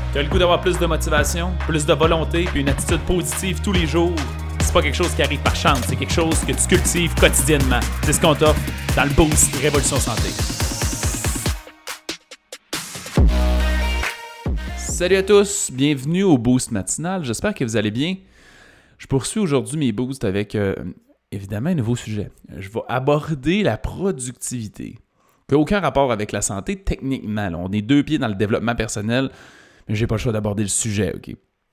Tu as le goût d'avoir plus de motivation, plus de volonté, puis une attitude positive tous les jours. C'est pas quelque chose qui arrive par chance, c'est quelque chose que tu cultives quotidiennement. C'est ce qu'on t'offre dans le Boost Révolution Santé. Salut à tous, bienvenue au Boost matinal. J'espère que vous allez bien. Je poursuis aujourd'hui mes boosts avec évidemment un nouveau sujet. Je vais aborder la productivité, qui n'a aucun rapport avec la santé techniquement. Là. On est deux pieds dans le développement personnel, mais j'ai pas le choix d'aborder le sujet. OK?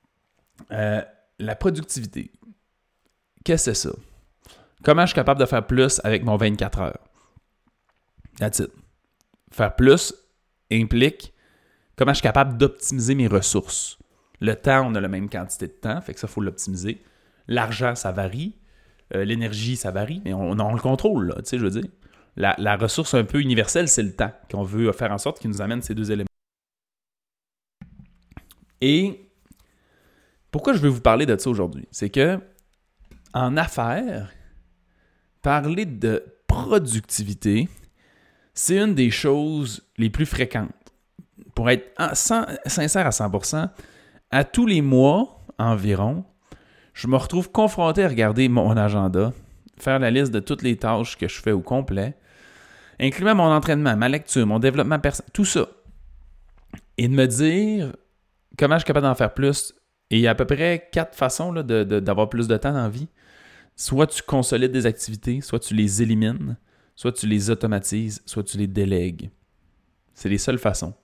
La productivité, qu'est-ce que c'est ça? Comment je suis capable de faire plus avec mon 24 heures? That's it. Faire plus implique comment je suis capable d'optimiser mes ressources. Le temps, on a la même quantité de temps, fait que ça, il faut l'optimiser. L'argent, ça varie. L'énergie, ça varie, mais on le contrôle, là, tu sais, je veux dire. La ressource un peu universelle, c'est le temps, qu'on veut faire en sorte qu'il nous amène ces deux éléments. Et pourquoi je veux vous parler de ça aujourd'hui? C'est que, en affaires, parler de productivité, c'est une des choses les plus fréquentes. Pour être sincère à 100%, à tous les mois environ, je me retrouve confronté à regarder mon agenda, faire la liste de toutes les tâches que je fais au complet, incluant mon entraînement, ma lecture, mon développement personnel, tout ça. Et de me dire comment je suis capable d'en faire plus. Et il y a à peu près 4 façons là, d'avoir plus de temps dans la vie. Soit tu consolides des activités, soit tu les élimines, soit tu les automatises, soit tu les délègues. C'est les seules façons.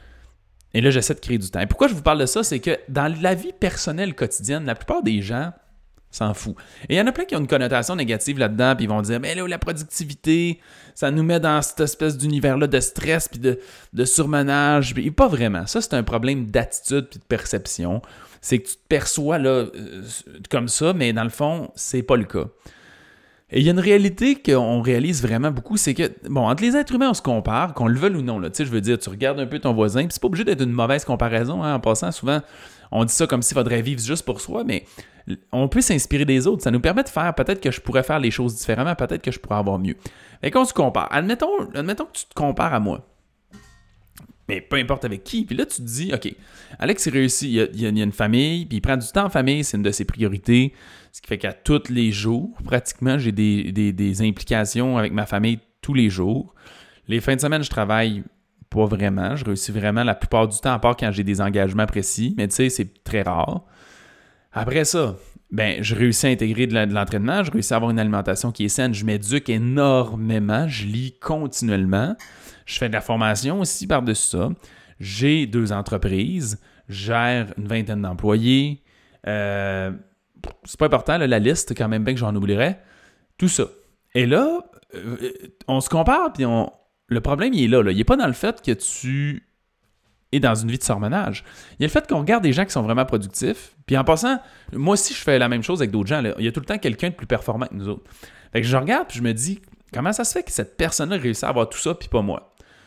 Et là, j'essaie de créer du temps. Et pourquoi je vous parle de ça? C'est que dans la vie personnelle quotidienne, la plupart des gens s'en foutent. Et il y en a plein qui ont une connotation négative là-dedans, puis ils vont dire « Mais là, la productivité, ça nous met dans cette espèce d'univers-là de stress, puis de surmenage. » Et pas vraiment. Ça, c'est un problème d'attitude puis de perception. C'est que tu te perçois là, comme ça, mais dans le fond, c'est pas le cas. Et il y a une réalité qu'on réalise vraiment beaucoup, c'est que, bon, entre les êtres humains, on se compare, qu'on le veuille ou non. Là, tu sais, je veux dire, tu regardes un peu ton voisin, puis c'est pas obligé d'être une mauvaise comparaison. Hein, en passant, souvent, on dit ça comme s'il faudrait vivre juste pour soi, mais on peut s'inspirer des autres. Ça nous permet de faire, peut-être que je pourrais faire les choses différemment, peut-être que je pourrais avoir mieux. Fait qu'on se compare. Admettons que tu te compares à moi. Mais peu importe avec qui. Puis là, tu te dis, OK, Alex, il réussit, il y a une famille, puis il prend du temps en famille, c'est une de ses priorités. Ce qui fait qu'à tous les jours, pratiquement, j'ai des implications avec ma famille tous les jours. Les fins de semaine, je travaille pas vraiment. Je réussis vraiment la plupart du temps, à part quand j'ai des engagements précis. Mais tu sais, c'est très rare. Après ça, je réussis à intégrer de l'entraînement. Je réussis à avoir une alimentation qui est saine. Je m'éduque énormément. Je lis continuellement. Je fais de la formation aussi par-dessus ça. J'ai 2 entreprises. Je gère une 20aine d'employés. C'est pas important, là, la liste, quand même bien que j'en oublierais. Tout ça. Et là, on se compare, puis le problème, il est là. Il n'est pas dans le fait que tu es dans une vie de surmenage. Il y a le fait qu'on regarde des gens qui sont vraiment productifs. Puis en passant, moi aussi, je fais la même chose avec d'autres gens. Là. Il y a tout le temps quelqu'un de plus performant que nous autres. Fait que je regarde, puis je me dis, comment ça se fait que cette personne-là réussit à avoir tout ça, puis pas moi?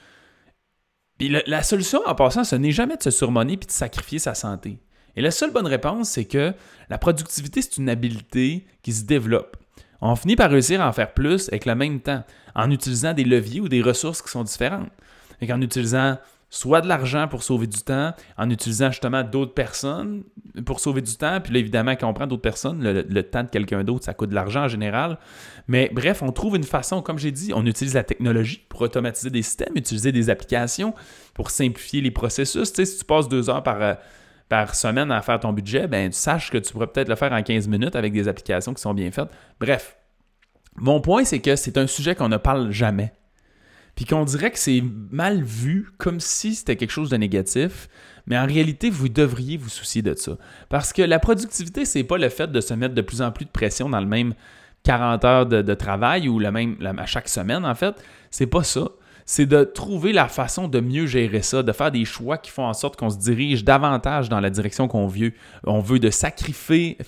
Puis la solution, en passant, ce n'est jamais de se surmonner puis de sacrifier sa santé. Et la seule bonne réponse, c'est que la productivité, c'est une habileté qui se développe. On finit par réussir à en faire plus avec le même temps, en utilisant des leviers ou des ressources qui sont différentes. Et en utilisant soit de l'argent pour sauver du temps, en utilisant justement d'autres personnes pour sauver du temps. Puis là, évidemment, quand on prend d'autres personnes, le temps de quelqu'un d'autre, ça coûte de l'argent en général. Mais bref, on trouve une façon, comme j'ai dit, on utilise la technologie pour automatiser des systèmes, utiliser des applications pour simplifier les processus. Tu sais, si tu passes 2 heures par semaine à faire ton budget, tu saches que tu pourrais peut-être le faire en 15 minutes avec des applications qui sont bien faites. Bref, mon point, c'est que c'est un sujet qu'on ne parle jamais. Puis qu'on dirait que c'est mal vu, comme si c'était quelque chose de négatif, mais en réalité, vous devriez vous soucier de ça. Parce que la productivité, c'est pas le fait de se mettre de plus en plus de pression dans le même 40 heures de travail ou à chaque semaine, en fait. C'est pas ça. C'est de trouver la façon de mieux gérer ça, de faire des choix qui font en sorte qu'on se dirige davantage dans la direction qu'on veut. On veut de sacrifier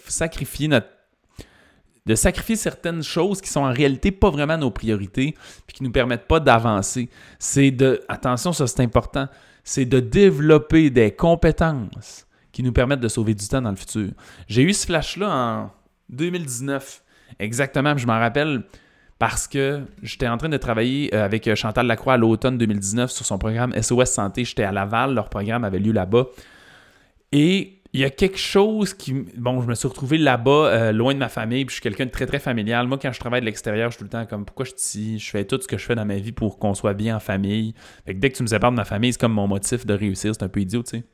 certaines choses qui sont en réalité pas vraiment nos priorités puis qui ne nous permettent pas d'avancer. Attention, ça c'est important, c'est de développer des compétences qui nous permettent de sauver du temps dans le futur. J'ai eu ce flash-là en 2019, exactement, je m'en rappelle parce que j'étais en train de travailler avec Chantal Lacroix à l'automne 2019 sur son programme SOS Santé. J'étais à Laval, leur programme avait lieu là-bas. Et il y a quelque chose qui... Bon, je me suis retrouvé là-bas, loin de ma famille, puis je suis quelqu'un de très, très familial. Moi, quand je travaille de l'extérieur, je suis tout le temps comme, pourquoi je suis ici? Je fais tout ce que je fais dans ma vie pour qu'on soit bien en famille. Fait que dès que tu me sépares de ma famille, c'est comme mon motif de réussir. C'est un peu idiot, tu sais.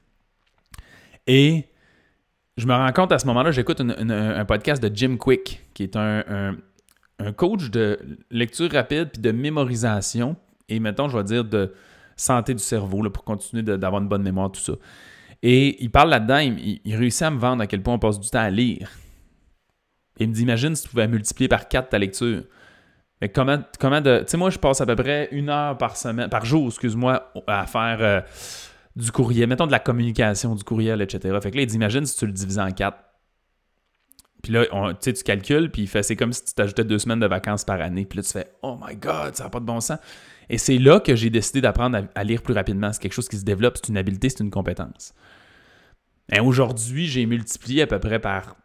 Et je me rends compte à ce moment-là, j'écoute un podcast de Jim Quick, qui est un coach de lecture rapide puis de mémorisation, et mettons, je vais dire de santé du cerveau, là, pour continuer d'avoir une bonne mémoire, tout ça. Et il parle là-dedans, il réussit à me vendre à quel point on passe du temps à lire. Et il me dit, imagine si tu pouvais multiplier par 4 ta lecture. Mais comment de... Tu sais, moi, je passe à peu près 1 heure par jour, à faire du courriel, mettons de la communication, du courriel, etc. Fait que là, il dit, imagine si tu le divisais en 4. Puis là, tu calcules, puis il fait, c'est comme si tu t'ajoutais 2 semaines de vacances par année. Puis là, tu fais, oh my God, ça n'a pas de bon sens. Et c'est là que j'ai décidé d'apprendre à lire plus rapidement. C'est quelque chose qui se développe, c'est une habileté, c'est une compétence. Et aujourd'hui, j'ai multiplié à peu près par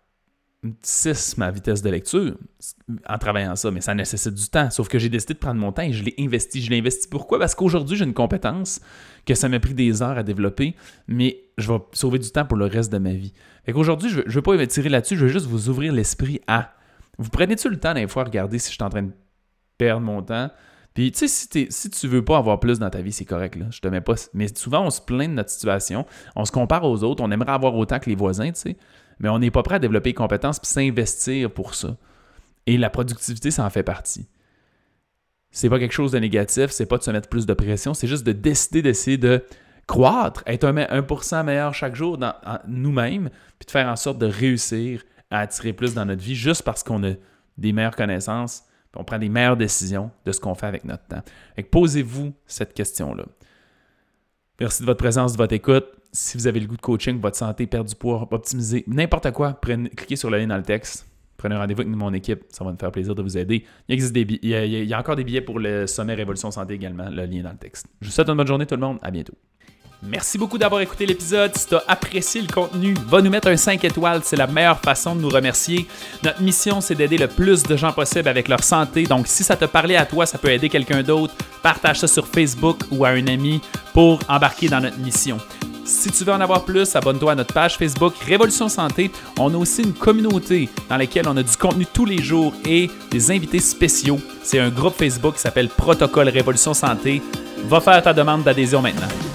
6 ma vitesse de lecture en travaillant ça, mais ça nécessite du temps. Sauf que j'ai décidé de prendre mon temps et je l'ai investi. Je l'ai investi pourquoi? Parce qu'aujourd'hui, j'ai une compétence que ça m'a pris des heures à développer, mais je vais sauver du temps pour le reste de ma vie. Fait qu'aujourd'hui, je ne veux pas tirer là-dessus, je veux juste vous ouvrir l'esprit à... Vous prenez-tu le temps des fois à regarder si je suis en train de perdre mon temps? Puis, tu sais, si tu veux pas avoir plus dans ta vie, c'est correct, là. Je te mets pas... Mais souvent, on se plaint de notre situation, on se compare aux autres, on aimerait avoir autant que les voisins, tu sais, mais on n'est pas prêt à développer les compétences puis s'investir pour ça. Et la productivité, ça en fait partie. C'est pas quelque chose de négatif, c'est pas de se mettre plus de pression, c'est juste de décider d'essayer de croître, être 1% meilleur chaque jour dans nous-mêmes, puis de faire en sorte de réussir à attirer plus dans notre vie juste parce qu'on a des meilleures connaissances, puis on prend des meilleures décisions de ce qu'on fait avec notre temps. Fait que posez-vous cette question-là. Merci de votre présence, de votre écoute. Si vous avez le goût de coaching, votre santé, perdre du poids, optimiser, n'importe quoi, cliquez sur le lien dans le texte. Prenez un rendez-vous avec mon équipe, ça va nous faire plaisir de vous aider. Il y a encore des billets pour le sommet Révolution Santé également, le lien dans le texte. Je vous souhaite une bonne journée tout le monde, à bientôt. Merci beaucoup d'avoir écouté l'épisode. Si tu as apprécié le contenu, va nous mettre un 5 étoiles. C'est la meilleure façon de nous remercier. Notre mission, c'est d'aider le plus de gens possible avec leur santé. Donc, si ça t'a parlé à toi, ça peut aider quelqu'un d'autre. Partage ça sur Facebook ou à un ami pour embarquer dans notre mission. Si tu veux en avoir plus, abonne-toi à notre page Facebook Révolution Santé. On a aussi une communauté dans laquelle on a du contenu tous les jours et des invités spéciaux. C'est un groupe Facebook qui s'appelle Protocole Révolution Santé. Va faire ta demande d'adhésion maintenant.